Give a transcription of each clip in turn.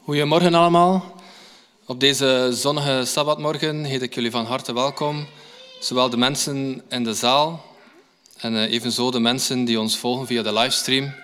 Goedemorgen allemaal. Op deze zonnige sabbatmorgen heet ik jullie van harte welkom. Zowel de mensen in de zaal en evenzo de mensen die ons volgen via de livestream.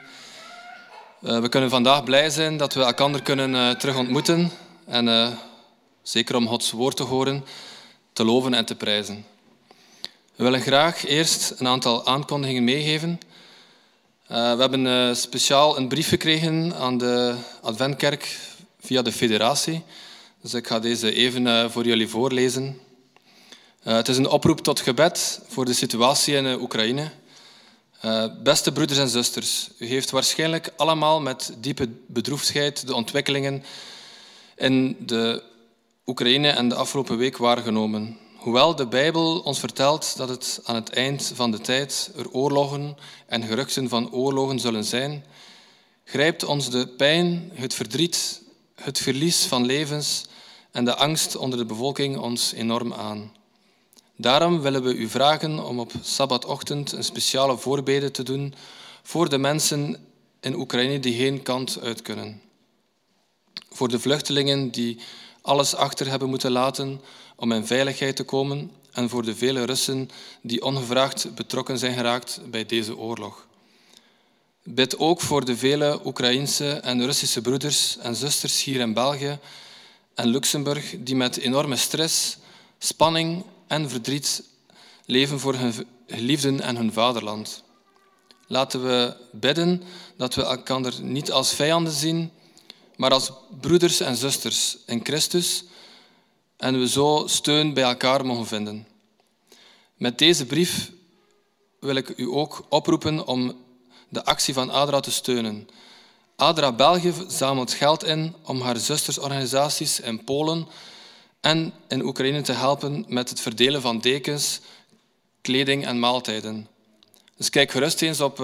We kunnen vandaag blij zijn dat we elkaar kunnen terug ontmoeten. En zeker om Gods woord te horen, te loven en te prijzen. We willen graag eerst een aantal aankondigingen meegeven. We hebben speciaal een brief gekregen aan de Adventkerk via de federatie. Dus ik ga deze even voor jullie voorlezen. Het is een oproep tot gebed voor de situatie in Oekraïne. Beste broeders en zusters, u heeft waarschijnlijk allemaal met diepe bedroefdheid de ontwikkelingen in de Oekraïne en de afgelopen week waargenomen. Hoewel de Bijbel ons vertelt dat het aan het eind van de tijd er oorlogen en geruchten van oorlogen zullen zijn, grijpt ons de pijn, het verdriet, het verlies van levens en de angst onder de bevolking ons enorm aan. Daarom willen we u vragen om op sabbatochtend een speciale voorbede te doen voor de mensen in Oekraïne die geen kant uit kunnen. Voor de vluchtelingen die alles achter hebben moeten laten om in veiligheid te komen en voor de vele Russen die ongevraagd betrokken zijn geraakt bij deze oorlog. Bid ook voor de vele Oekraïense en Russische broeders en zusters hier in België en Luxemburg die met enorme stress, spanning en verdriet leven voor hun geliefden en hun vaderland. Laten we bidden dat we elkaar niet als vijanden zien, maar als broeders en zusters in Christus en we zo steun bij elkaar mogen vinden. Met deze brief wil ik u ook oproepen om de actie van ADRA te steunen. ADRA België zamelt geld in om haar zustersorganisaties in Polen en in Oekraïne te helpen met het verdelen van dekens, kleding en maaltijden. Dus kijk gerust eens op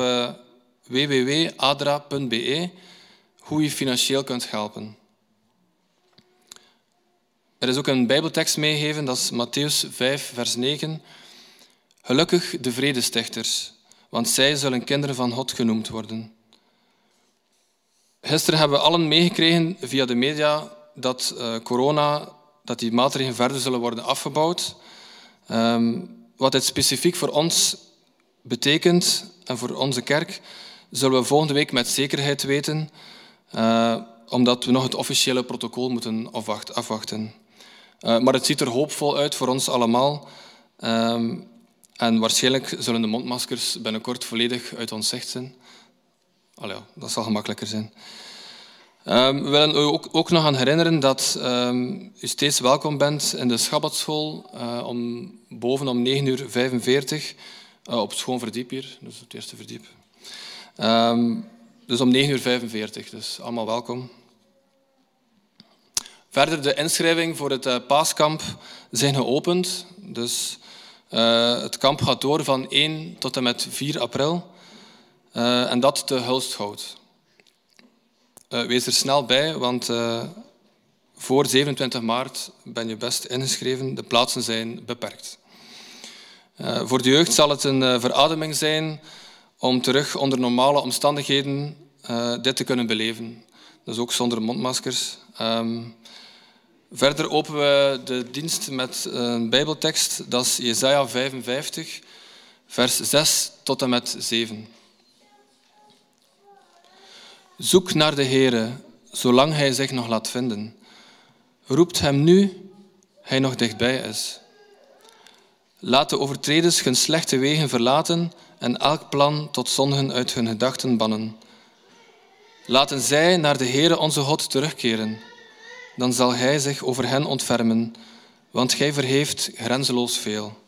www.adra.be hoe je financieel kunt helpen. Er is ook een Bijbeltekst meegegeven, dat is Mattheüs 5, vers 9. Gelukkig de vredestichters, want zij zullen kinderen van God genoemd worden. Gisteren hebben we allen meegekregen via de media dat dat die maatregelen verder zullen worden afgebouwd. Wat dit specifiek voor ons betekent en voor onze kerk, zullen we volgende week met zekerheid weten, omdat we nog het officiële protocol moeten afwachten. Maar het ziet er hoopvol uit voor ons allemaal. En waarschijnlijk zullen de mondmaskers binnenkort volledig uit ons zicht zijn. Allee, dat zal gemakkelijker zijn. We willen u ook nog aan herinneren dat u steeds welkom bent in de Schabbatschool boven om 9:45 op het schoon verdiep hier, dus het eerste verdiep. Dus om 9:45, dus allemaal welkom. Verder, de inschrijving voor het paaskamp zijn geopend. Dus het kamp gaat door van 1 tot en met 4 april. En dat te Hulsthout. Wees er snel bij, want voor 27 maart ben je best ingeschreven. De plaatsen zijn beperkt. Voor de jeugd zal het een verademing zijn om terug onder normale omstandigheden dit te kunnen beleven. Dus ook zonder mondmaskers. Verder openen we de dienst met een Bijbeltekst, dat is Jesaja 55, vers 6 tot en met 7. Zoek naar de Heere, zolang Hij zich nog laat vinden. Roept Hem nu, Hij nog dichtbij is. Laat de overtreders hun slechte wegen verlaten en elk plan tot zondigen uit hun gedachten bannen. Laten zij naar de Heere onze God terugkeren. Dan zal Hij zich over hen ontfermen, want Gij verheeft grenzeloos veel.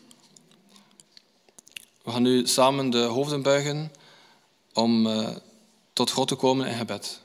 We gaan nu samen de hoofden buigen om tot God te komen in gebed.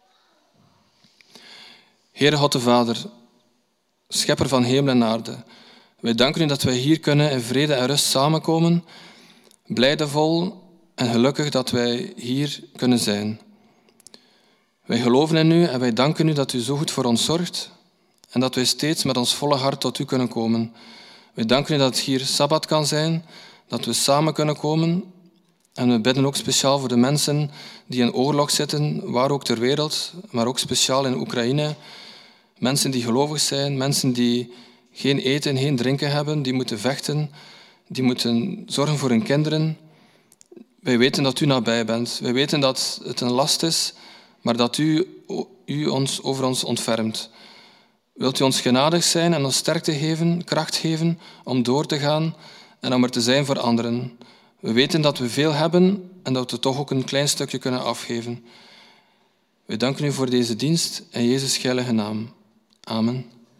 Heere God de Vader, schepper van hemel en aarde, wij danken u dat wij hier kunnen in vrede en rust samenkomen, blijdevol en gelukkig dat wij hier kunnen zijn. Wij geloven in u en wij danken u dat u zo goed voor ons zorgt en dat wij steeds met ons volle hart tot u kunnen komen. Wij danken u dat het hier Sabbat kan zijn, dat we samen kunnen komen En we bidden ook speciaal voor de mensen die in oorlog zitten, waar ook ter wereld, maar ook speciaal in Oekraïne. Mensen die gelovig zijn, mensen die geen eten, geen drinken hebben, die moeten vechten, die moeten zorgen voor hun kinderen. Wij weten dat u nabij bent. Wij weten dat het een last is, maar dat u ons over ons ontfermt. Wilt u ons genadig zijn en ons sterkte geven, kracht geven om door te gaan en om er te zijn voor anderen. We weten dat we veel hebben en dat we toch ook een klein stukje kunnen afgeven. We danken u voor deze dienst in Jezus' heilige naam. Amen.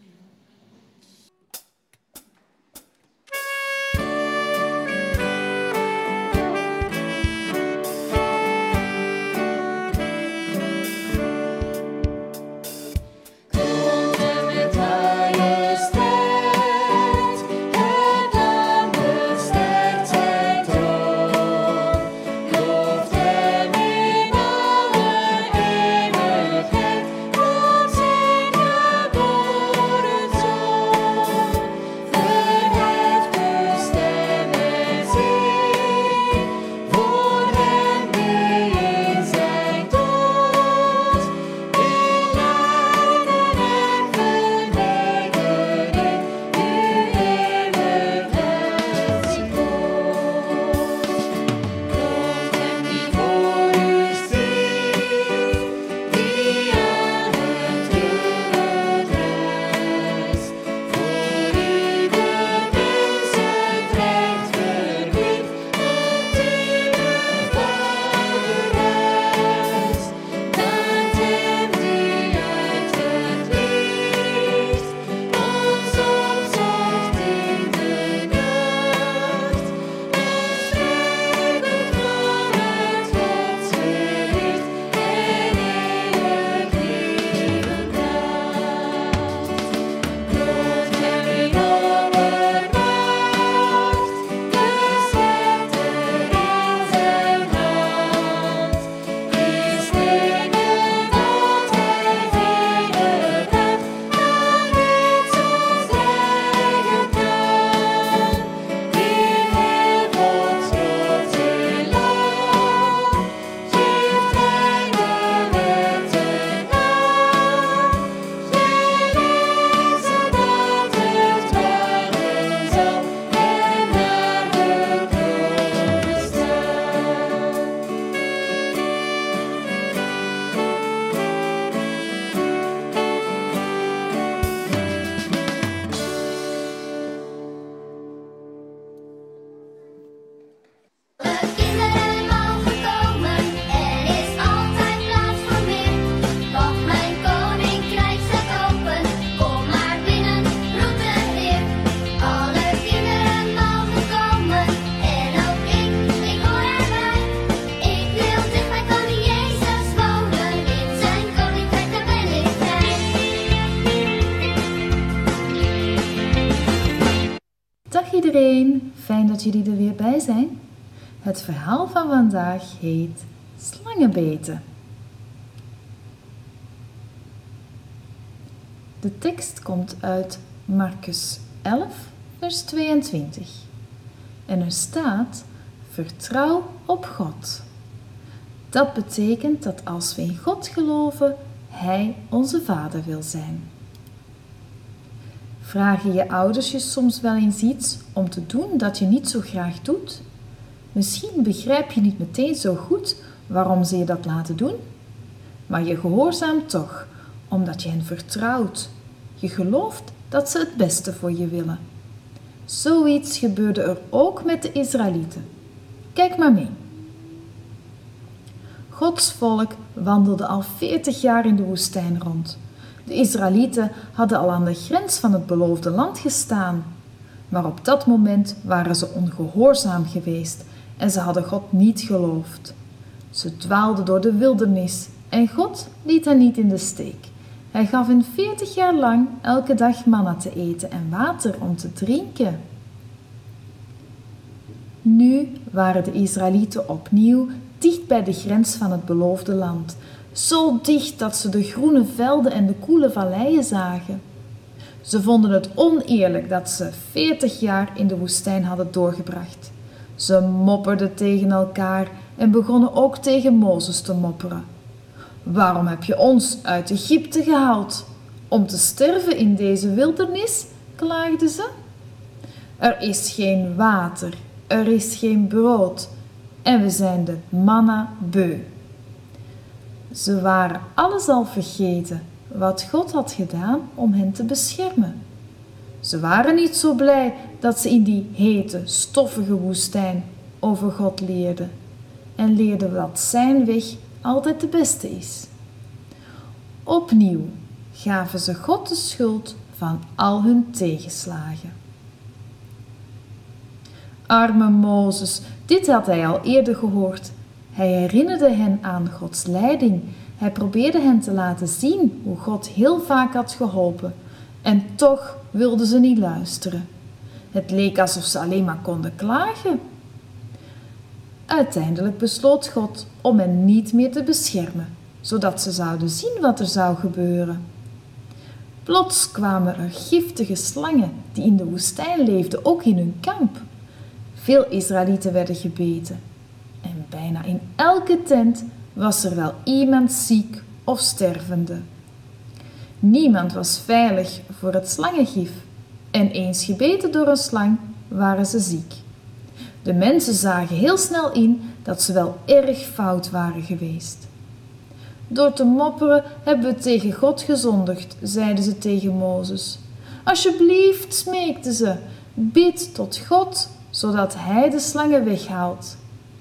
iedereen, fijn dat jullie er weer bij zijn. Het verhaal van vandaag heet Slangenbeten. De tekst komt uit Marcus 11, vers 22. En er staat: vertrouw op God. Dat betekent dat als we in God geloven, Hij onze Vader wil zijn. Vragen je ouders je soms wel eens iets om te doen dat je niet zo graag doet? Misschien begrijp je niet meteen zo goed waarom ze je dat laten doen, maar je gehoorzaamt toch, omdat je hen vertrouwt. Je gelooft dat ze het beste voor je willen. Zoiets gebeurde er ook met de Israëlieten. Kijk maar mee. Gods volk wandelde al 40 jaar in de woestijn rond. De Israëlieten hadden al aan de grens van het beloofde land gestaan. Maar op dat moment waren ze ongehoorzaam geweest en ze hadden God niet geloofd. Ze dwaalden door de wildernis en God liet hen niet in de steek. Hij gaf hen 40 jaar lang elke dag manna te eten en water om te drinken. Nu waren de Israëlieten opnieuw dicht bij de grens van het beloofde land. Zo dicht dat ze de groene velden en de koele valleien zagen. Ze vonden het oneerlijk dat ze 40 jaar in de woestijn hadden doorgebracht. Ze mopperden tegen elkaar en begonnen ook tegen Mozes te mopperen. Waarom heb je ons uit Egypte gehaald? Om te sterven in deze wildernis, klaagden ze. Er is geen water, er is geen brood en we zijn de manna beu. Ze waren alles al vergeten wat God had gedaan om hen te beschermen. Ze waren niet zo blij dat ze in die hete, stoffige woestijn over God leerden en leerden dat zijn weg altijd de beste is. Opnieuw gaven ze God de schuld van al hun tegenslagen. Arme Mozes, dit had hij al eerder gehoord. Hij herinnerde hen aan Gods leiding. Hij probeerde hen te laten zien hoe God heel vaak had geholpen. En toch wilden ze niet luisteren. Het leek alsof ze alleen maar konden klagen. Uiteindelijk besloot God om hen niet meer te beschermen, zodat ze zouden zien wat er zou gebeuren. Plots kwamen er giftige slangen die in de woestijn leefden, ook in hun kamp. Veel Israëlieten werden gebeten. En bijna in elke tent was er wel iemand ziek of stervende. Niemand was veilig voor het slangengif. En eens gebeten door een slang waren ze ziek. De mensen zagen heel snel in dat ze wel erg fout waren geweest. Door te mopperen hebben we tegen God gezondigd, zeiden ze tegen Mozes. Alsjeblieft, smeekten ze, bid tot God, zodat hij de slangen weghaalt.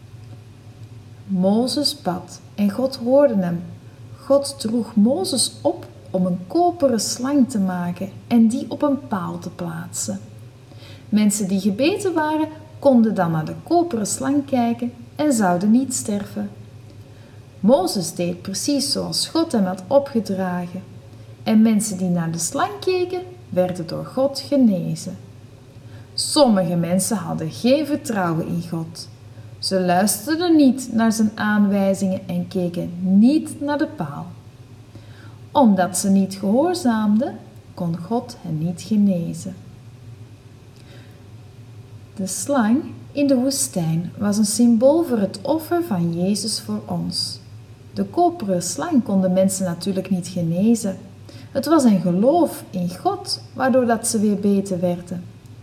Mozes bad en God hoorde hem. God droeg Mozes op om een koperen slang te maken en die op een paal te plaatsen. Mensen die gebeten waren, konden dan naar de koperen slang kijken en zouden niet sterven. Mozes deed precies zoals God hem had opgedragen. En mensen die naar de slang keken, werden door God genezen. Sommige mensen hadden geen vertrouwen in God. Ze luisterden niet naar zijn aanwijzingen en keken niet naar de paal. Omdat ze niet gehoorzaamden, kon God hen niet genezen. De slang in de woestijn was een symbool voor het offer van Jezus voor ons. De koperen slang kon de mensen natuurlijk niet genezen. Het was een geloof in God, waardoor dat ze weer beter werden.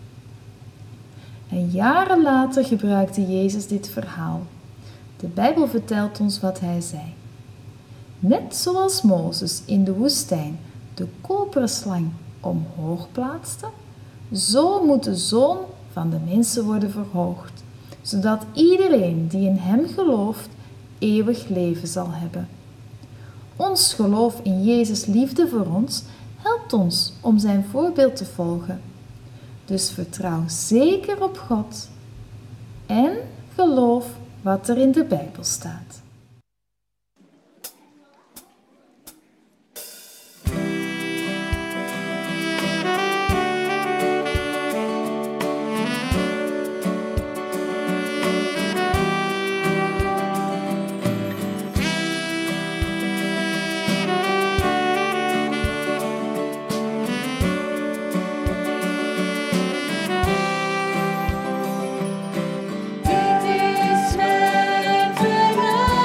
En jaren later gebruikte Jezus dit verhaal. De Bijbel vertelt ons wat hij zei. Net zoals Mozes in de woestijn de koperen slang omhoog plaatste, zo moet de Zoon van de mensen worden verhoogd, zodat iedereen die in hem gelooft eeuwig leven zal hebben. Ons geloof in Jezus' liefde voor ons helpt ons om zijn voorbeeld te volgen. Dus vertrouw zeker op God en geloof wat er in de Bijbel staat. Dit is mijn verhaal.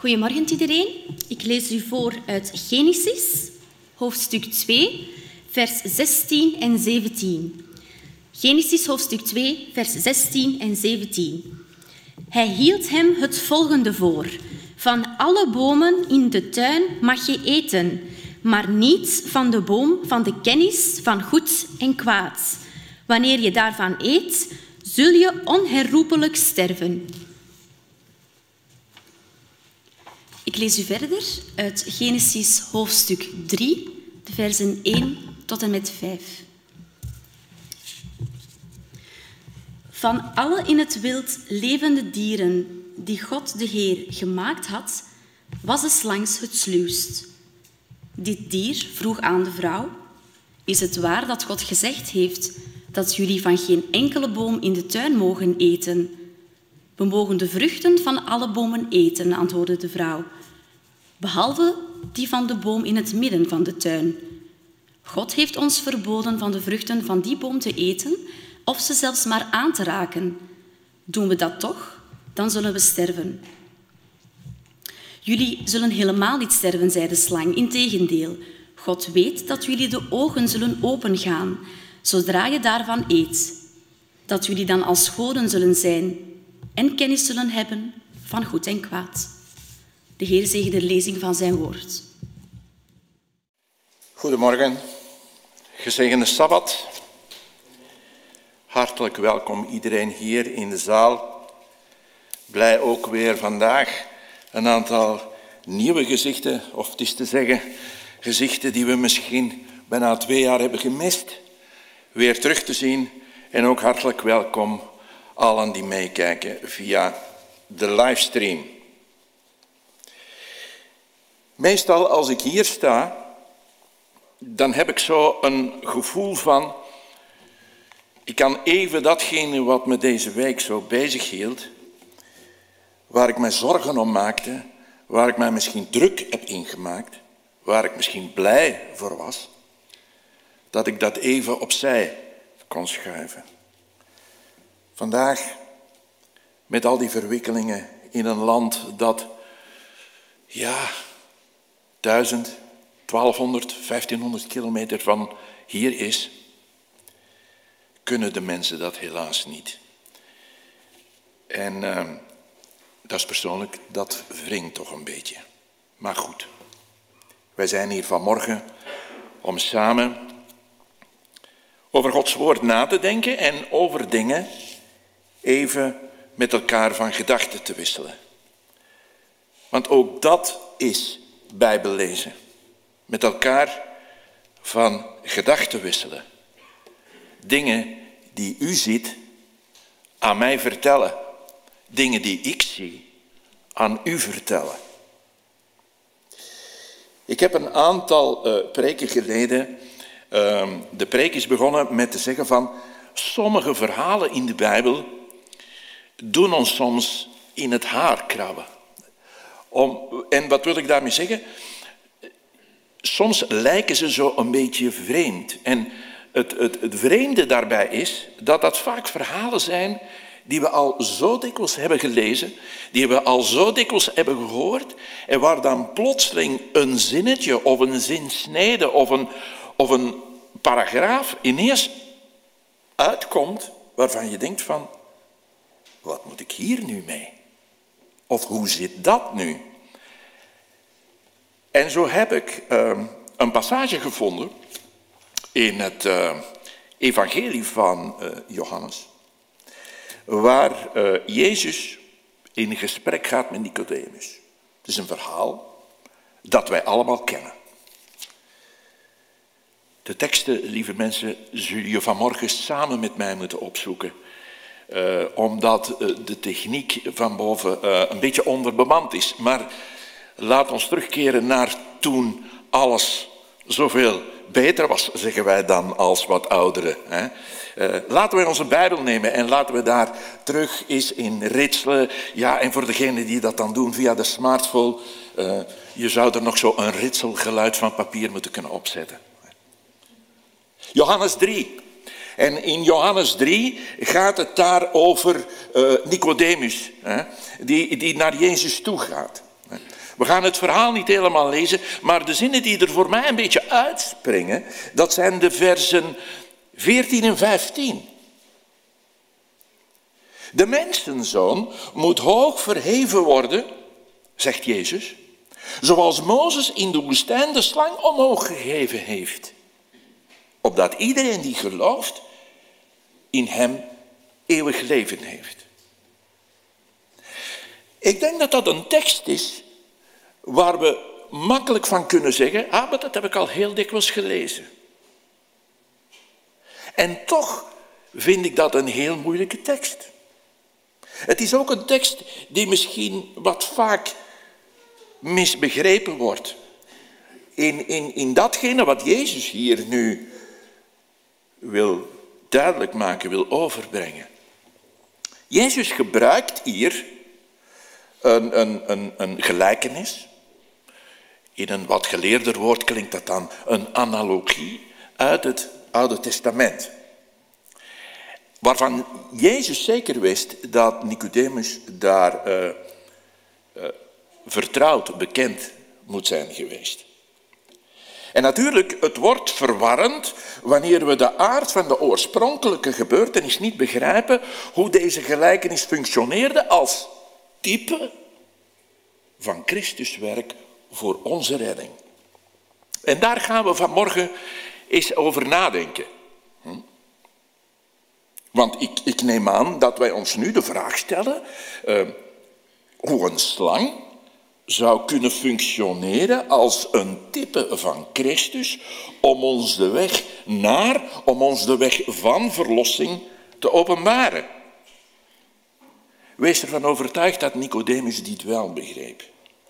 Goedemorgen iedereen. Ik lees u voor uit Genesis, hoofdstuk 2, vers 16 en 17. Genesis, hoofdstuk 2, vers 16 en 17. Hij hield hem het volgende voor. Van alle bomen in de tuin mag je eten, maar niet van de boom van de kennis van goed en kwaad. Wanneer je daarvan eet, zul je onherroepelijk sterven. Ik lees u verder uit Genesis hoofdstuk 3, de versen 1 tot en met 5. Van alle in het wild levende dieren die God de Heer gemaakt had, was de slang het sluwst. Dit dier vroeg aan de vrouw: is het waar dat God gezegd heeft dat jullie van geen enkele boom in de tuin mogen eten? We mogen de vruchten van alle bomen eten, antwoordde de vrouw, behalve die van de boom in het midden van de tuin. God heeft ons verboden van de vruchten van die boom te eten of ze zelfs maar aan te raken. Doen we dat toch, dan zullen we sterven. Jullie zullen helemaal niet sterven, zei de slang. Integendeel, God weet dat jullie de ogen zullen opengaan zodra je daarvan eet. Dat jullie dan als goden zullen zijn en kennis zullen hebben van goed en kwaad. De Heer zegene de lezing van zijn woord. Goedemorgen, gezegende Sabbat. Hartelijk welkom iedereen hier in de zaal. Blij ook weer vandaag een aantal nieuwe gezichten, of het is te zeggen gezichten die we misschien bijna 2 jaar hebben gemist, weer terug te zien. En ook hartelijk welkom allen die meekijken via de livestream. Meestal als ik hier sta, dan heb ik zo een gevoel van, ik kan even datgene wat me deze week zo bezig hield, waar ik mij zorgen om maakte, waar ik mij misschien druk heb ingemaakt, waar ik misschien blij voor was, dat ik dat even opzij kon schuiven. Vandaag, met al die verwikkelingen in een land dat, 1000, 1200, 1500 kilometer van hier is, kunnen de mensen dat helaas niet. En dat is persoonlijk, dat wringt toch een beetje. Maar goed, wij zijn hier vanmorgen om samen over Gods woord na te denken en over dingen even met elkaar van gedachten te wisselen. Want ook dat is Bijbellezen. Met elkaar van gedachten wisselen. Dingen die u ziet, aan mij vertellen. Dingen die ik zie, aan u vertellen. Ik heb een aantal preken geleden, de preek is begonnen met te zeggen van, sommige verhalen in de Bijbel doen ons soms in het haar krabben. En wat wil ik daarmee zeggen? Soms lijken ze zo een beetje vreemd. En het vreemde daarbij is dat dat vaak verhalen zijn die we al zo dikwijls hebben gelezen, die we al zo dikwijls hebben gehoord, en waar dan plotseling een zinnetje of een zinsnede of een paragraaf ineens uitkomt waarvan je denkt van, wat moet ik hier nu mee? Of hoe zit dat nu? En zo heb ik een passage gevonden in het evangelie van Johannes, waar Jezus in gesprek gaat met Nicodemus. Het is een verhaal dat wij allemaal kennen. De teksten, lieve mensen, zullen je vanmorgen samen met mij moeten opzoeken. Omdat de techniek van boven een beetje onderbemand is. Maar laat ons terugkeren naar toen alles zoveel beter was, zeggen wij dan als wat ouderen. Laten we onze Bijbel nemen en laten we daar terug eens in ritselen. Ja, en voor degenen die dat dan doen via de smartphone, je zou er nog zo een ritselgeluid van papier moeten kunnen opzetten. Johannes 3. En in Johannes 3 gaat het daar over Nicodemus, die naar Jezus toe gaat. We gaan het verhaal niet helemaal lezen, maar de zinnen die er voor mij een beetje uitspringen, dat zijn de versen 14 en 15. De mensenzoon moet hoog verheven worden, zegt Jezus, zoals Mozes in de woestijn de slang omhoog geheven heeft. Opdat iedereen die gelooft in hem eeuwig leven heeft. Ik denk dat dat een tekst is waar we makkelijk van kunnen zeggen, maar dat heb ik al heel dikwijls gelezen. En toch vind ik dat een heel moeilijke tekst. Het is ook een tekst die misschien wat vaak misbegrepen wordt. In datgene wat Jezus hier nu wil duidelijk maken, wil overbrengen. Jezus gebruikt hier een gelijkenis. In een wat geleerder woord klinkt dat dan een analogie uit het Oude Testament. Waarvan Jezus zeker wist dat Nicodemus daar vertrouwd, bekend moet zijn geweest. En natuurlijk, het wordt verwarrend wanneer we de aard van de oorspronkelijke gebeurtenis niet begrijpen, hoe deze gelijkenis functioneerde als type van Christus werk voor onze redding. En daar gaan we vanmorgen eens over nadenken. Want ik neem aan dat wij ons nu de vraag stellen hoe een slang zou kunnen functioneren als een type van Christus om ons de weg naar, om ons de weg van verlossing te openbaren. Wees ervan overtuigd dat Nicodemus dit wel begreep.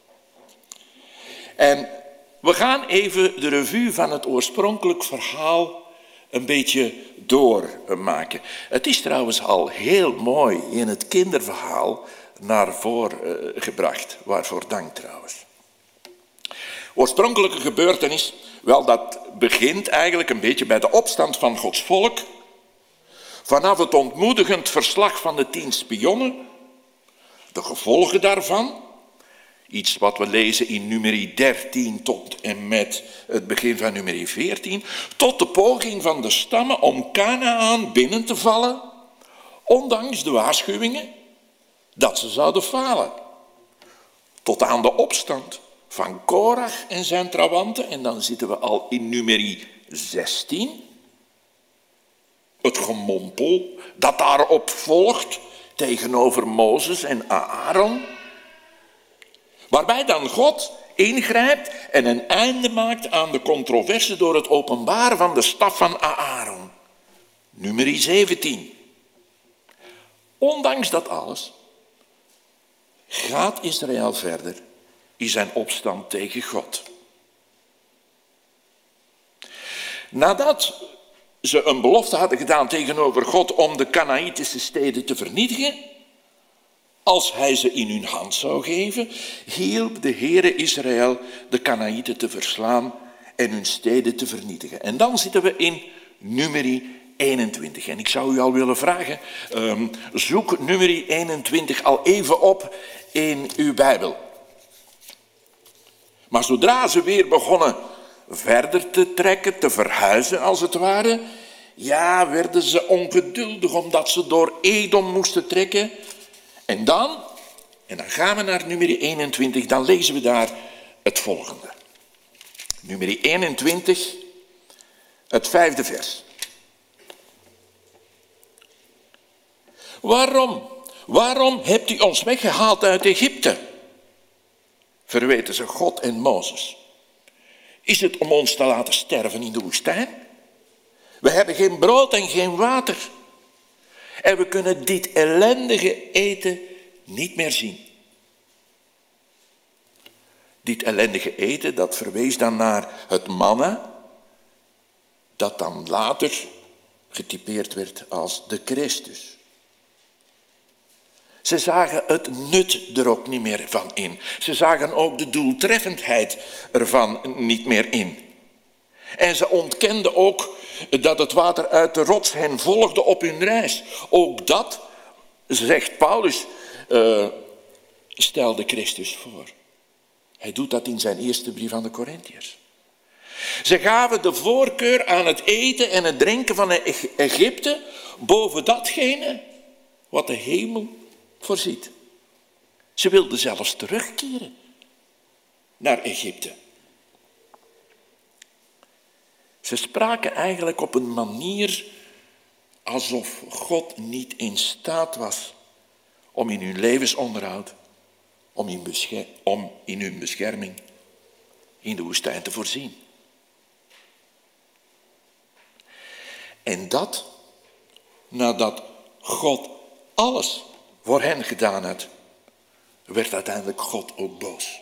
En we gaan even de revue van het oorspronkelijk verhaal een beetje doormaken. Het is trouwens al heel mooi in het kinderverhaal naar voren gebracht. Waarvoor dank trouwens. Oorspronkelijke gebeurtenis, wel dat begint eigenlijk een beetje bij de opstand van Gods volk. Vanaf het ontmoedigend verslag van de 10 spionnen. De gevolgen daarvan. Iets wat we lezen in Numeri 13 tot en met het begin van Numeri 14. Tot de poging van de stammen om Kanaan binnen te vallen. Ondanks de waarschuwingen dat ze zouden falen. Tot aan de opstand van Korach en zijn trawanten. En dan zitten we al in Numeri 16. Het gemompel dat daarop volgt tegenover Mozes en Aaron. Waarbij dan God ingrijpt en een einde maakt aan de controverse door het openbaren van de staf van Aaron. Numeri 17. Ondanks dat alles gaat Israël verder in zijn opstand tegen God. Nadat ze een belofte hadden gedaan tegenover God om de Kanaïtische steden te vernietigen, als hij ze in hun hand zou geven, hielp de Heere Israël de Kanaïten te verslaan en hun steden te vernietigen. En dan zitten we in Numeri 21. En ik zou u al willen vragen, zoek Numeri 21 al even op in uw Bijbel. Maar zodra ze weer begonnen verder te trekken, te verhuizen als het ware, ja, werden ze ongeduldig omdat ze door Edom moesten trekken. En dan gaan we naar Numeri 21, dan lezen we daar het volgende. Numeri 21, het 5e vers. Waarom hebt u ons weggehaald uit Egypte? Verweten ze God en Mozes. Is het om ons te laten sterven in de woestijn? We hebben geen brood en geen water. En we kunnen dit ellendige eten niet meer zien. Dit ellendige eten, dat verwees dan naar het manna, dat dan later getypeerd werd als de Christus. Ze zagen het nut er ook niet meer van in. Ze zagen ook de doeltreffendheid ervan niet meer in. En ze ontkenden ook dat het water uit de rots hen volgde op hun reis. Ook dat, zegt Paulus, stelde Christus voor. Hij doet dat in zijn eerste brief aan de Korintiërs. Ze gaven de voorkeur aan het eten en het drinken van Egypte boven datgene wat de hemel voorziet. Ze wilden zelfs terugkeren naar Egypte. Ze spraken eigenlijk op een manier alsof God niet in staat was om in hun levensonderhoud, om in hun bescherming in de woestijn te voorzien. En dat nadat God alles voor hen gedaan had, werd uiteindelijk God ook boos.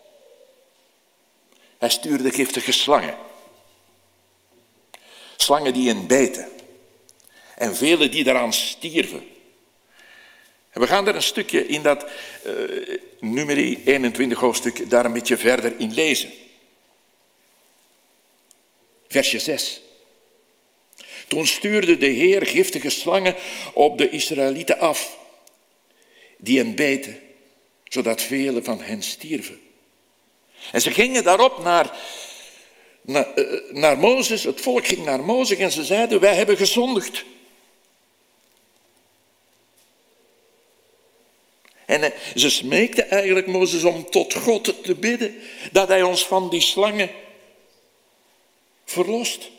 Hij stuurde giftige slangen. Slangen die hen beten. En velen die daaraan stierven. En we gaan er een stukje in dat Numeri 21 hoofdstuk daar een beetje verder in lezen. Versje 6. Toen stuurde de Heer giftige slangen op de Israëlieten af, die hen beten, zodat velen van hen stierven. En ze gingen daarop naar Mozes, het volk ging naar Mozes en ze zeiden, wij hebben gezondigd. En ze smeekten eigenlijk Mozes om tot God te bidden, dat hij ons van die slangen verlost.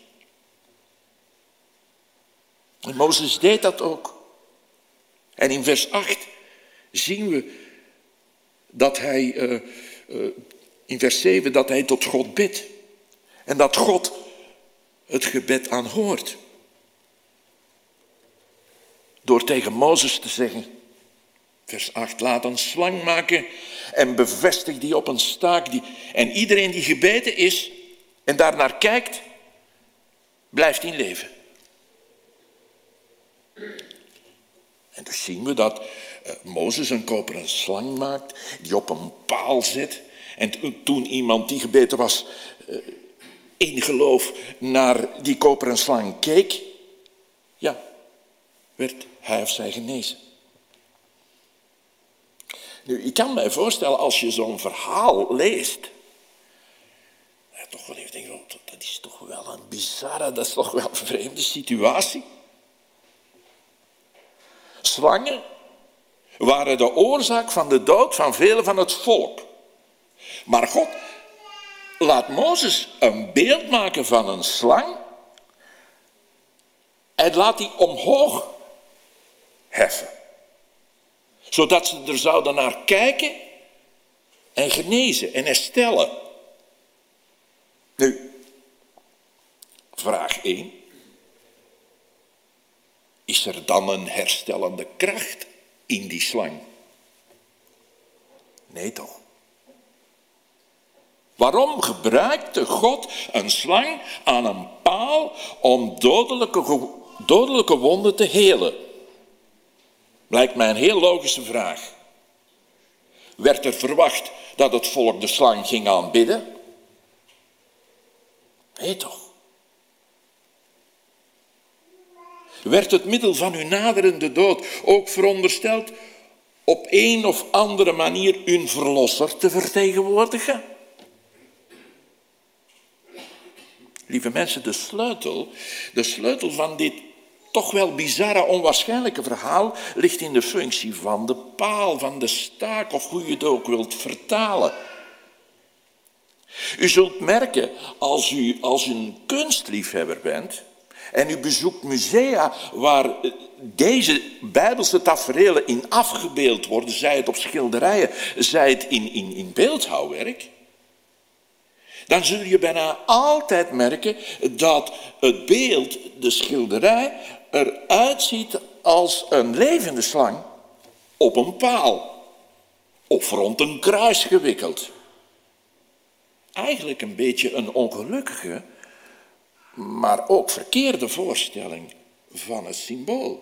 En Mozes deed dat ook. En in vers 8 zien we dat hij, in vers 7, dat hij tot God bidt. En dat God het gebed aanhoort. Door tegen Mozes te zeggen, vers 8, laat een slang maken en bevestig die op een staak. En iedereen die gebeten is en daarnaar kijkt, blijft in leven. En dus zien we dat Mozes een koperen slang maakt, die op een paal zet. En toen iemand die gebeten was, in geloof naar die koperen slang keek, ja, werd hij of zij genezen. Nu, ik kan mij voorstellen, als je zo'n verhaal leest, dat je toch wel even denkt, oh, dat is toch wel een bizarre, dat is toch wel een vreemde situatie. Slangen waren de oorzaak van de dood van velen van het volk. Maar God laat Mozes een beeld maken van een slang en laat die omhoog heffen. Zodat ze er zouden naar kijken en genezen en herstellen. Nu, vraag 1. Is er dan een herstellende kracht in die slang? Nee toch? Waarom gebruikte God een slang aan een paal om dodelijke wonden te helen? Lijkt mij een heel logische vraag. Werd er verwacht dat het volk de slang ging aanbidden? Nee toch? Werd het middel van uw naderende dood ook verondersteld op een of andere manier uw verlosser te vertegenwoordigen? Lieve mensen, de sleutel van dit toch wel bizarre, onwaarschijnlijke verhaal ligt in de functie van de paal, van de staak, of hoe je het ook wilt vertalen. U zult merken, als u een kunstliefhebber bent en u bezoekt musea waar deze Bijbelse taferelen in afgebeeld worden, zij het op schilderijen, zij het in beeldhouwwerk, dan zul je bijna altijd merken dat het beeld, de schilderij, eruit ziet als een levende slang op een paal of rond een kruis gewikkeld. Eigenlijk een beetje een ongelukkige, maar ook verkeerde voorstelling van het symbool.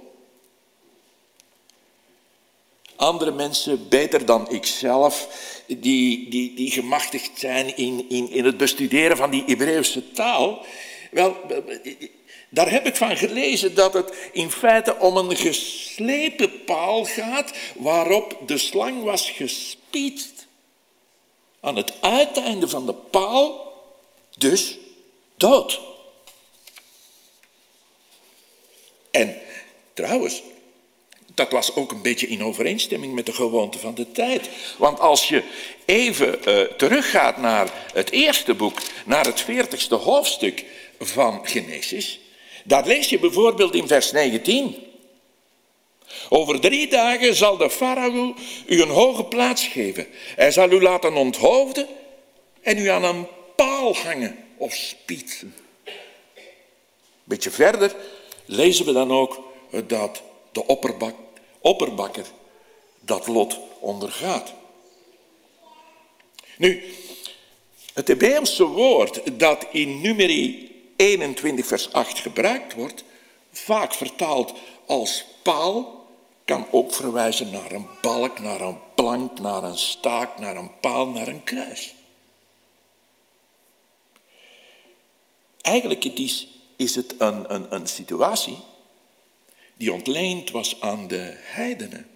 Andere mensen, beter dan ikzelf, die gemachtigd zijn in het bestuderen van die Hebreeuwse taal, wel, daar heb ik van gelezen dat het in feite om een geslepen paal gaat waarop de slang was gespietst aan het uiteinde van de paal, dus dood. En trouwens, dat was ook een beetje in overeenstemming met de gewoonte van de tijd. Want als je even teruggaat naar het eerste boek, naar het 40ste hoofdstuk van Genesis, daar lees je bijvoorbeeld in vers 19. Over 3 dagen zal de farao u een hoge plaats geven. Hij zal u laten onthoofden en u aan een paal hangen of spietsen. Beetje verder lezen we dan ook dat de opperbakker dat lot ondergaat. Nu, het Hebreeuwse woord dat in Numeri 21 vers 8 gebruikt wordt, vaak vertaald als paal, kan ook verwijzen naar een balk, naar een plank, naar een staak, naar een paal, naar een kruis. Eigenlijk is het een situatie die ontleend was aan de heidenen.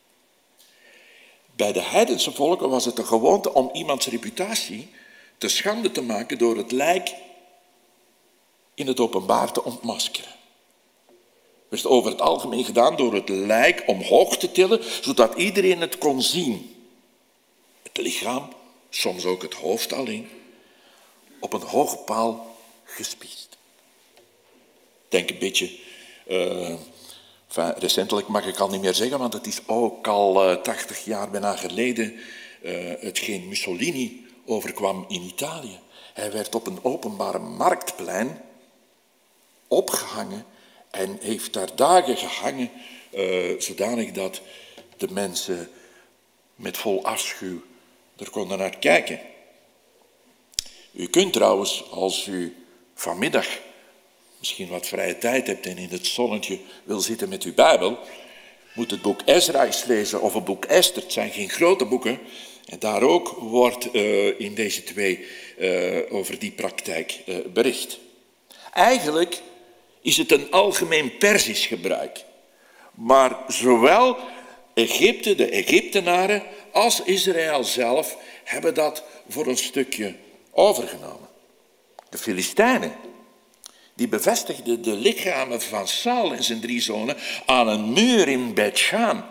Bij de heidense volken was het de gewoonte om iemands reputatie te schande te maken door het lijk in het openbaar te ontmaskeren. Dat werd over het algemeen gedaan door het lijk omhoog te tillen, zodat iedereen het kon zien. Het lichaam, soms ook het hoofd alleen, op een hoge paal gespiesd. Denk een beetje, recentelijk mag ik al niet meer zeggen, want het is ook al 80 jaar bijna geleden hetgeen Mussolini overkwam in Italië. Hij werd op een openbare marktplein opgehangen en heeft daar dagen gehangen, zodanig dat de mensen met vol afschuw er konden naar kijken. U kunt trouwens, als u vanmiddag misschien wat vrije tijd hebt en in het zonnetje wil zitten met uw Bijbel, moet het boek Ezra eens lezen of het boek Esther. Het zijn geen grote boeken. En daar ook wordt in deze 2 over die praktijk bericht. Eigenlijk is het een algemeen Persisch gebruik. Maar zowel Egypte, de Egyptenaren, als Israël zelf hebben dat voor een stukje overgenomen. De Filistijnen, die bevestigden de lichamen van Saul en zijn 3 zonen aan een muur in Bet-Shan,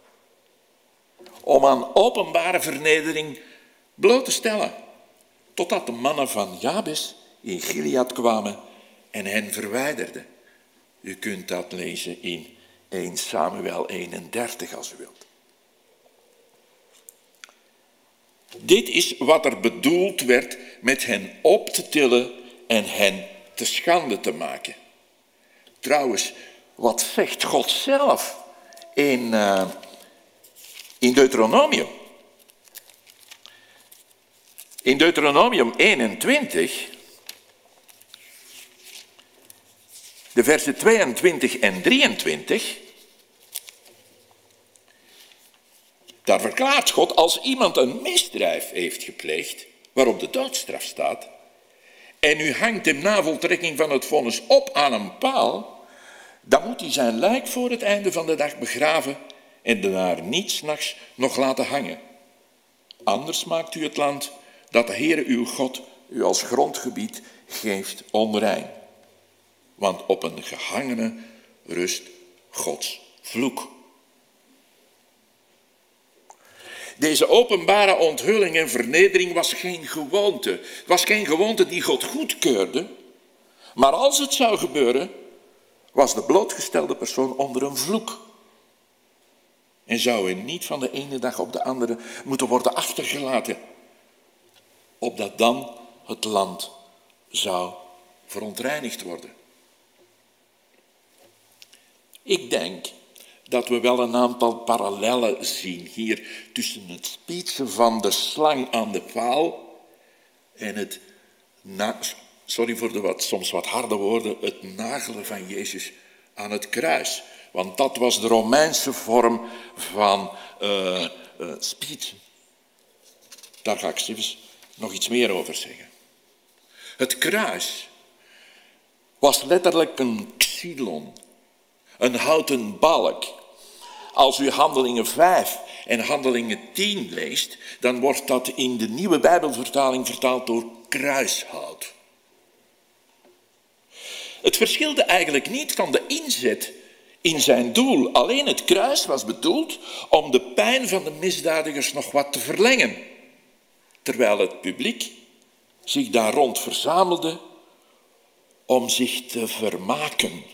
om aan openbare vernedering bloot te stellen, totdat de mannen van Jabes in Gilead kwamen en hen verwijderden. U kunt dat lezen in 1 Samuel 31 als u wilt. Dit is wat er bedoeld werd met hen op te tillen en hen te schande te maken. Trouwens, wat zegt God zelf in Deuteronomium? In Deuteronomium 21, de versen 22 en 23, daar verklaart God, als iemand een misdrijf heeft gepleegd, waarop de doodstraf staat, en u hangt hem na voltrekking van het vonnis op aan een paal, dan moet hij zijn lijk voor het einde van de dag begraven en daarna niet 's nachts nog laten hangen. Anders maakt u het land dat de Heere uw God u als grondgebied geeft onrein. Want op een gehangene rust Gods vloek. Deze openbare onthulling en vernedering was geen gewoonte. Het was geen gewoonte die God goedkeurde. Maar als het zou gebeuren, was de blootgestelde persoon onder een vloek. En zou hij niet van de ene dag op de andere moeten worden achtergelaten. Opdat dan het land zou verontreinigd worden. Ik denk dat we wel een aantal parallellen zien hier tussen het spietsen van de slang aan de paal en het, sorry voor de soms wat harde woorden, het nagelen van Jezus aan het kruis. Want dat was de Romeinse vorm van spietsen. Daar ga ik straks nog iets meer over zeggen. Het kruis was letterlijk een xylon, een houten balk. Als u Handelingen 5 en Handelingen 10 leest, dan wordt dat in de Nieuwe Bijbelvertaling vertaald door kruishout. Het verschilde eigenlijk niet van de inzet in zijn doel. Alleen het kruis was bedoeld om de pijn van de misdadigers nog wat te verlengen, terwijl het publiek zich daar rond verzamelde om zich te vermaken.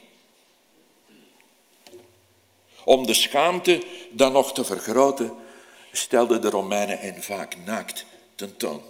Om de schaamte dan nog te vergroten, stelden de Romeinen hen vaak naakt tentoon.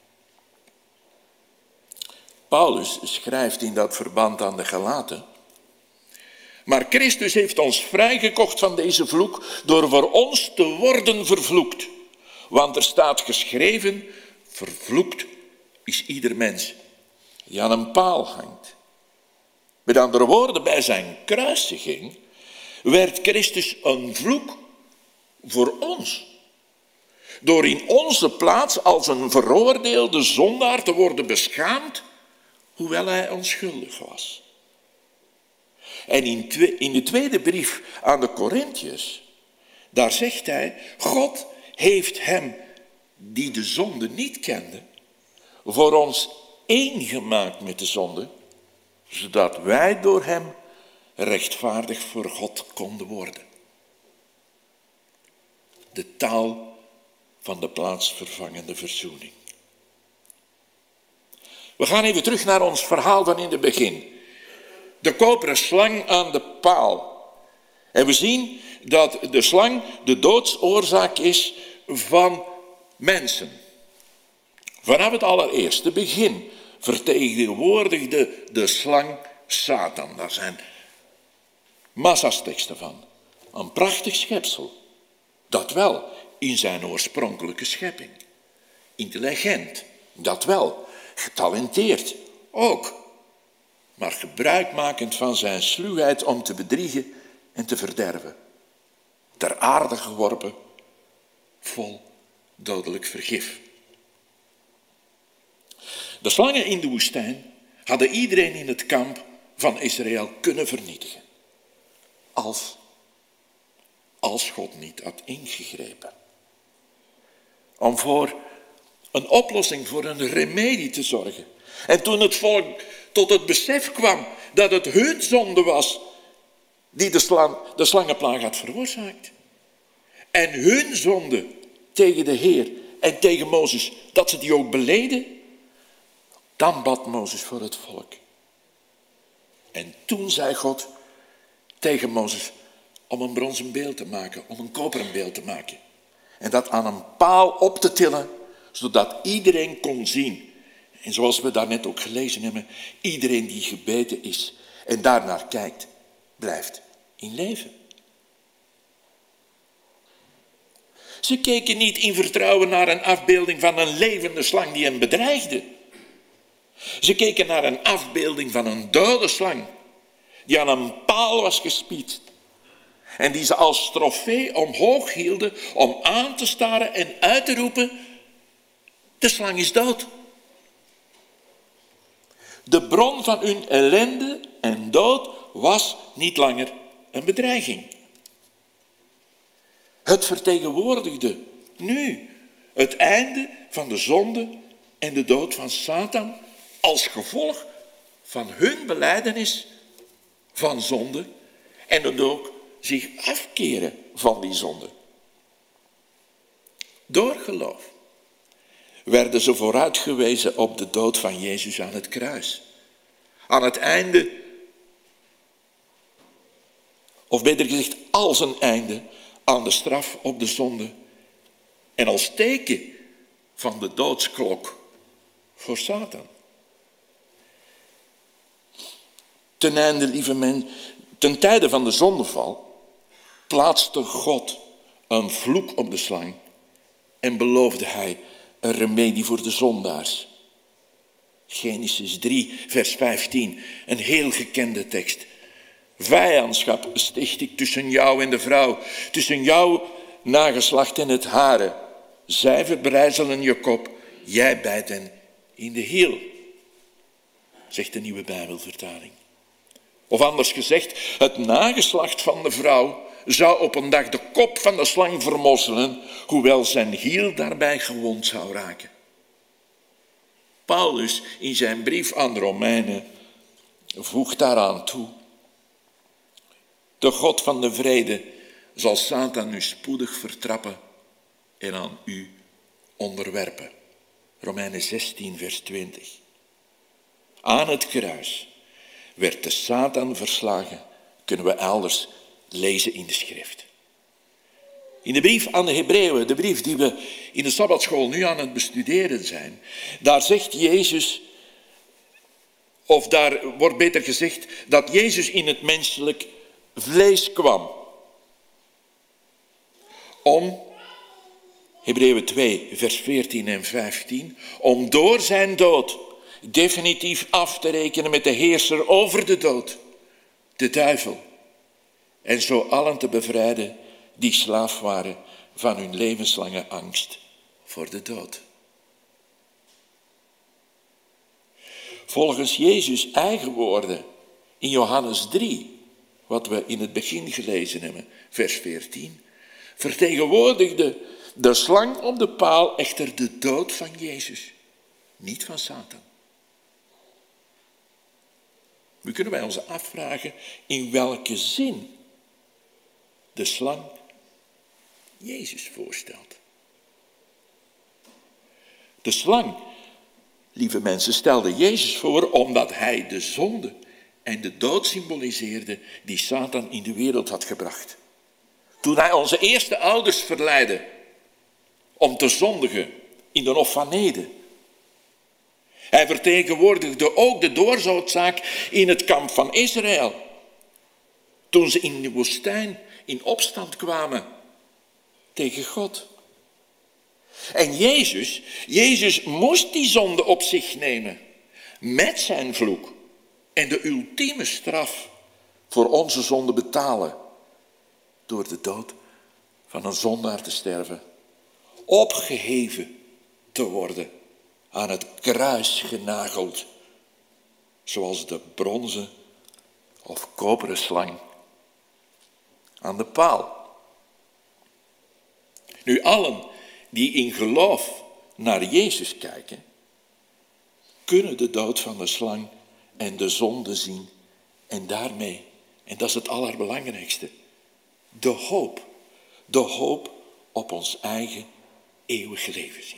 Paulus schrijft in dat verband aan de Galaten: maar Christus heeft ons vrijgekocht van deze vloek door voor ons te worden vervloekt. Want er staat geschreven, vervloekt is ieder mens die aan een paal hangt. Met andere woorden, bij zijn kruisiging werd Christus een vloek voor ons. Door in onze plaats als een veroordeelde zondaar te worden beschaamd, hoewel hij onschuldig was. En in de tweede brief aan de Korintiërs, daar zegt hij: God heeft hem die de zonde niet kende, voor ons één gemaakt met de zonde, zodat wij door hem rechtvaardig voor God konden worden. De taal van de plaatsvervangende verzoening. We gaan even terug naar ons verhaal van in het begin. De koperen slang aan de paal. En we zien dat de slang de doodsoorzaak is van mensen. Vanaf het allereerste begin vertegenwoordigde de slang Satan. Daar zijn massa's teksten van. Een prachtig schepsel. Dat wel in zijn oorspronkelijke schepping. Intelligent. Dat wel. Getalenteerd. Ook. Maar gebruikmakend van zijn sluwheid om te bedriegen en te verderven. Ter aarde geworpen, vol dodelijk vergif. De slangen in de woestijn hadden iedereen in het kamp van Israël kunnen vernietigen. Als God niet had ingegrepen. Om voor een oplossing, voor een remedie te zorgen. En toen het volk tot het besef kwam dat het hun zonde was die de slangenplaag had veroorzaakt. En hun zonde tegen de Heer en tegen Mozes, dat ze die ook beleden. Dan bad Mozes voor het volk. En toen zei God tegen Mozes om een bronzen beeld te maken, om een koperen beeld te maken. En dat aan een paal op te tillen, zodat iedereen kon zien. En zoals we daarnet ook gelezen hebben, iedereen die gebeten is en daarnaar kijkt, blijft in leven. Ze keken niet in vertrouwen naar een afbeelding van een levende slang die hen bedreigde. Ze keken naar een afbeelding van een dode slang die aan een paal was gespied. En die ze als trofee omhoog hielden om aan te staren en uit te roepen: de slang is dood. De bron van hun ellende en dood was niet langer een bedreiging. Het vertegenwoordigde nu het einde van de zonde en de dood van Satan als gevolg van hun belijdenis van zonde en het ook zich afkeren van die zonde. Door geloof werden ze vooruitgewezen op de dood van Jezus aan het kruis. Aan het einde, of beter gezegd als een einde, aan de straf op de zonde. En als teken van de doodsklok voor Satan. Ten einde, lieve men, ten tijde van de zondeval plaatste God een vloek op de slang en beloofde hij een remedie voor de zondaars. Genesis 3, vers 15, een heel gekende tekst. Vijandschap sticht ik tussen jou en de vrouw, tussen jouw nageslacht en het hare. Zij verbrijzelen je kop, jij bijt hen in de hiel, zegt de Nieuwe Bijbelvertaling. Of anders gezegd, het nageslacht van de vrouw zou op een dag de kop van de slang vermosselen, hoewel zijn hiel daarbij gewond zou raken. Paulus in zijn brief aan de Romeinen voegt daaraan toe: de God van de vrede zal Satan nu spoedig vertrappen en aan u onderwerpen. Romeinen 16, vers 20. Aan het kruis werd de Satan verslagen, kunnen we elders lezen in de schrift. In de brief aan de Hebreeën, de brief die we in de Sabbatschool nu aan het bestuderen zijn, daar zegt Jezus, of daar wordt beter gezegd, dat Jezus in het menselijk vlees kwam. Om, Hebreeën 2, vers 14 en 15, om door zijn dood definitief af te rekenen met de heerser over de dood, de duivel, en zo allen te bevrijden die slaaf waren van hun levenslange angst voor de dood. Volgens Jezus' eigen woorden in Johannes 3, wat we in het begin gelezen hebben, vers 14, vertegenwoordigde de slang op de paal echter de dood van Jezus, niet van Satan. Nu kunnen wij ons afvragen in welke zin de slang Jezus voorstelt. De slang, lieve mensen, stelde Jezus voor omdat hij de zonde en de dood symboliseerde die Satan in de wereld had gebracht. Toen hij onze eerste ouders verleidde om te zondigen in de Hof van Eden. Hij vertegenwoordigde ook de doorzootzaak in het kamp van Israël. Toen ze in de woestijn in opstand kwamen tegen God. En Jezus moest die zonde op zich nemen met zijn vloek en de ultieme straf voor onze zonde betalen door de dood van een zondaar te sterven, opgeheven te worden, aan het kruis genageld, zoals de bronzen of koperen slang aan de paal. Nu, allen die in geloof naar Jezus kijken, kunnen de dood van de slang en de zonde zien en daarmee, en dat is het allerbelangrijkste, de hoop op ons eigen eeuwige leven zien.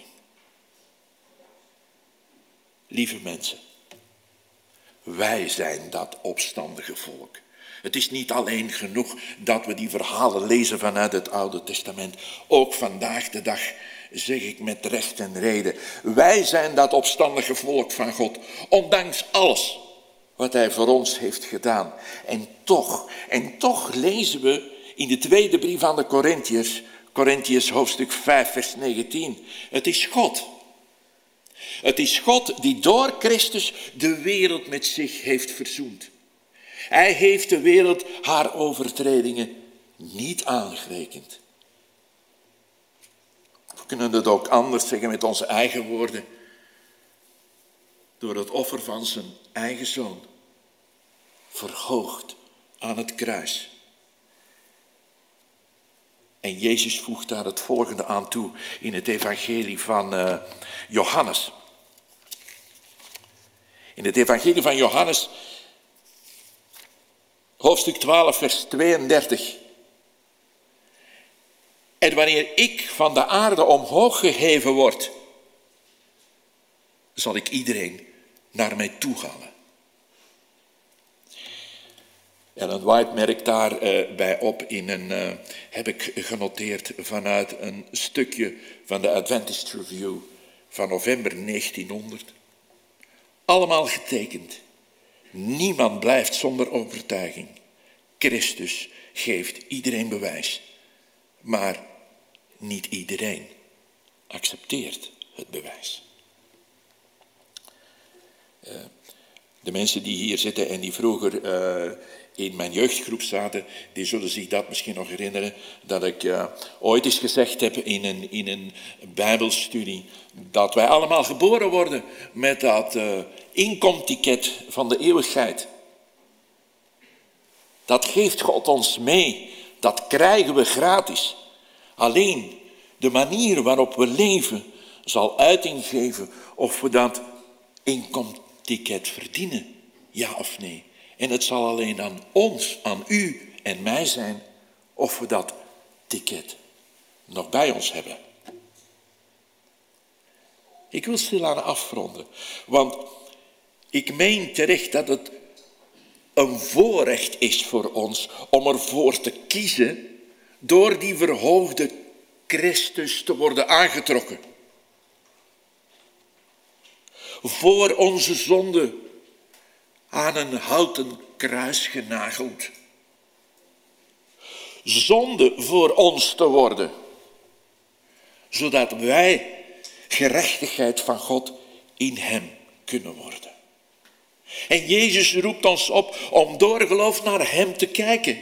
Lieve mensen, wij zijn dat opstandige volk. Het is niet alleen genoeg dat we die verhalen lezen vanuit het Oude Testament. Ook vandaag de dag zeg ik met recht en reden. Wij zijn dat opstandige volk van God. Ondanks alles wat hij voor ons heeft gedaan. En toch lezen we in de tweede brief aan de Korintiërs, Korintiërs hoofdstuk 5 vers 19. Het is God. Het is God die door Christus de wereld met zich heeft verzoend. Hij heeft de wereld haar overtredingen niet aangerekend. We kunnen het ook anders zeggen met onze eigen woorden. Door het offer van zijn eigen zoon. Verhoogd aan het kruis. En Jezus voegt daar het volgende aan toe in het evangelie van Johannes. In het evangelie van Johannes, hoofdstuk 12, vers 32. En wanneer ik van de aarde omhoog geheven word, zal ik iedereen naar mij toe halen. Ellen White merkt daarbij op heb ik genoteerd vanuit een stukje van de Adventist Review van november 1900. Allemaal getekend. Niemand blijft zonder overtuiging. Christus geeft iedereen bewijs. Maar niet iedereen accepteert het bewijs. De mensen die hier zitten en die vroeger in mijn jeugdgroep zaten, die zullen zich dat misschien nog herinneren, dat ik ooit eens gezegd heb in een bijbelstudie, dat wij allemaal geboren worden met dat inkomticket van de eeuwigheid. Dat geeft God ons mee. dat krijgen we gratis. Alleen de manier waarop we leven zal uiting geven of we dat inkomticket verdienen, ja of nee. En het zal alleen aan ons, aan u en mij zijn of we dat ticket nog bij ons hebben. Ik wil stilaan afronden, want ik meen terecht dat het een voorrecht is voor ons om ervoor te kiezen door die verhoogde Christus te worden aangetrokken. Voor onze zonde aan een houten kruis genageld. Zonde voor ons te worden, zodat wij gerechtigheid van God in hem kunnen worden. En Jezus roept ons op om door geloof naar hem te kijken.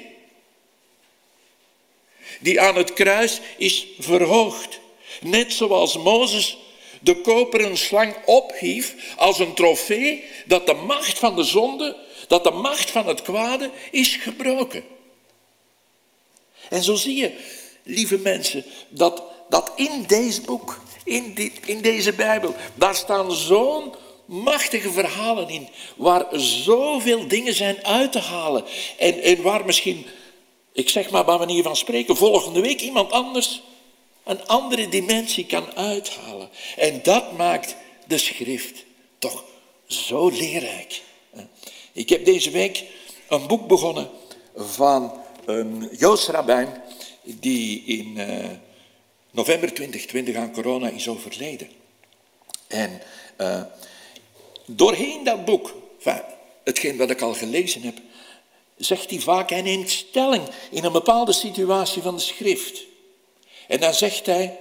Die aan het kruis is verhoogd. Net zoals Mozes de koperen slang ophief als een trofee dat de macht van de zonde, dat de macht van het kwade is gebroken. En zo zie je, lieve mensen, dat in deze boek, in deze Bijbel, daar staan zo'n machtige verhalen in, waar zoveel dingen zijn uit te halen. En waar misschien, ik zeg maar bij manier van spreken, volgende week iemand anders een andere dimensie kan uithalen. En dat maakt de schrift toch zo leerrijk. Ik heb deze week een boek begonnen van een Joods rabbijn die in november 2020 aan corona is overleden. En doorheen dat boek, hetgeen wat ik al gelezen heb, zegt hij vaak, hij neemt stelling in een bepaalde situatie van de schrift. En dan zegt hij,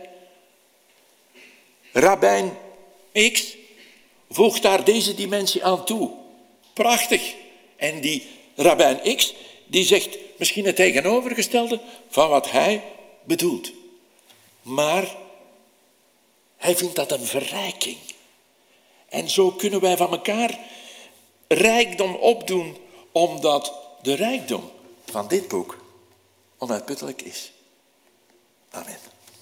rabbijn X voegt daar deze dimensie aan toe. Prachtig. En die rabbijn X, die zegt misschien het tegenovergestelde van wat hij bedoelt. Maar hij vindt dat een verrijking. En zo kunnen wij van elkaar rijkdom opdoen, omdat de rijkdom van dit boek onuitputtelijk is. Amen.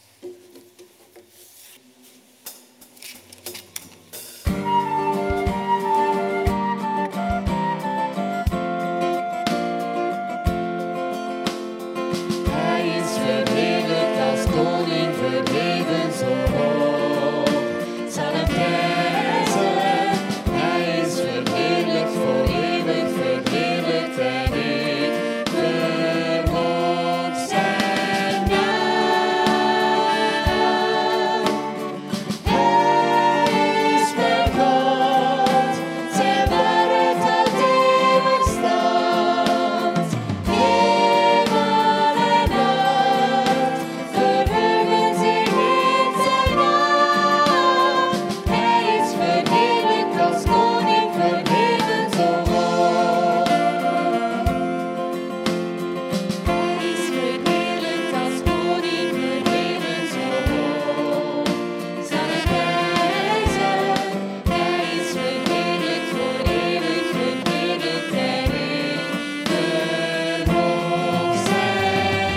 Hij is verheerlijkt als koning, verheven zo hoog. Zal hem prijzen. Hij is verheerlijkt voor eeuwig, verheerlijkt en ik verhoog zijn naam. Hij is mijn God, zijn waarheid houdt eeuwig stand. Hemel en aard verheugen zich in zijn naam. Hij is verheerlijkt als koning, verheven zo hoog. Hij is verheerlijkt als koning, verheven zo hoog. Zal hem prijzen. Hij is verheerlijkt voor eeuwig, verheerlijkt en ik verhoog zijn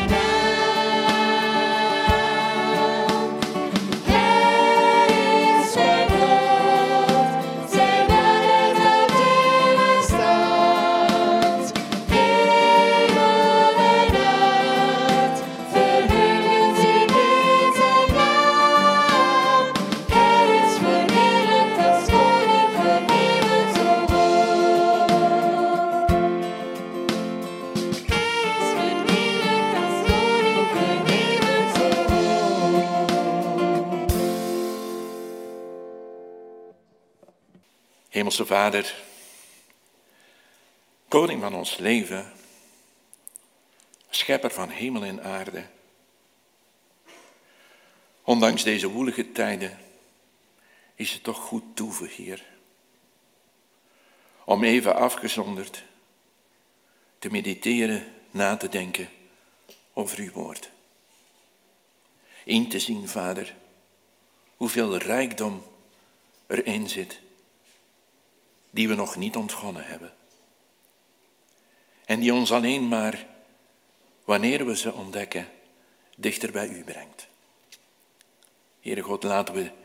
naam. Hij is mijn God, zijn waarheid houdt eeuwig stand. Hemel en aard verheugen zich in zijn naam. Hij is verheerlijkt als koning, verheven zo hoog. Hij is verheerlijkt als koning, verheven zo hoog. Hemelse Vader, koning van ons leven, schepper van hemel en aarde. Ondanks deze woelige tijden is het toch goed toeven, Heer, om even afgezonderd te mediteren, na te denken over uw woord. In te zien, Vader, hoeveel rijkdom erin zit, die we nog niet ontgonnen hebben. En die ons alleen maar wanneer we ze ontdekken, dichter bij u brengt. Heere God, laten we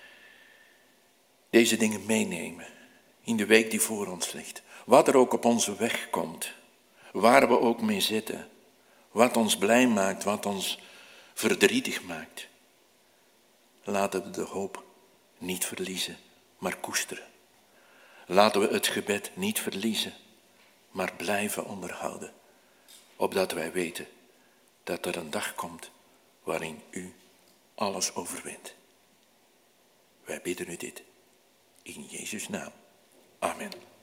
deze dingen meenemen in de week die voor ons ligt. Wat er ook op onze weg komt, waar we ook mee zitten, wat ons blij maakt, wat ons verdrietig maakt. Laten we de hoop niet verliezen, maar koesteren. Laten we het gebed niet verliezen, maar blijven onderhouden. Opdat wij weten dat er een dag komt waarin u alles overwint. Wij bidden u dit in Jezus' naam. Amen.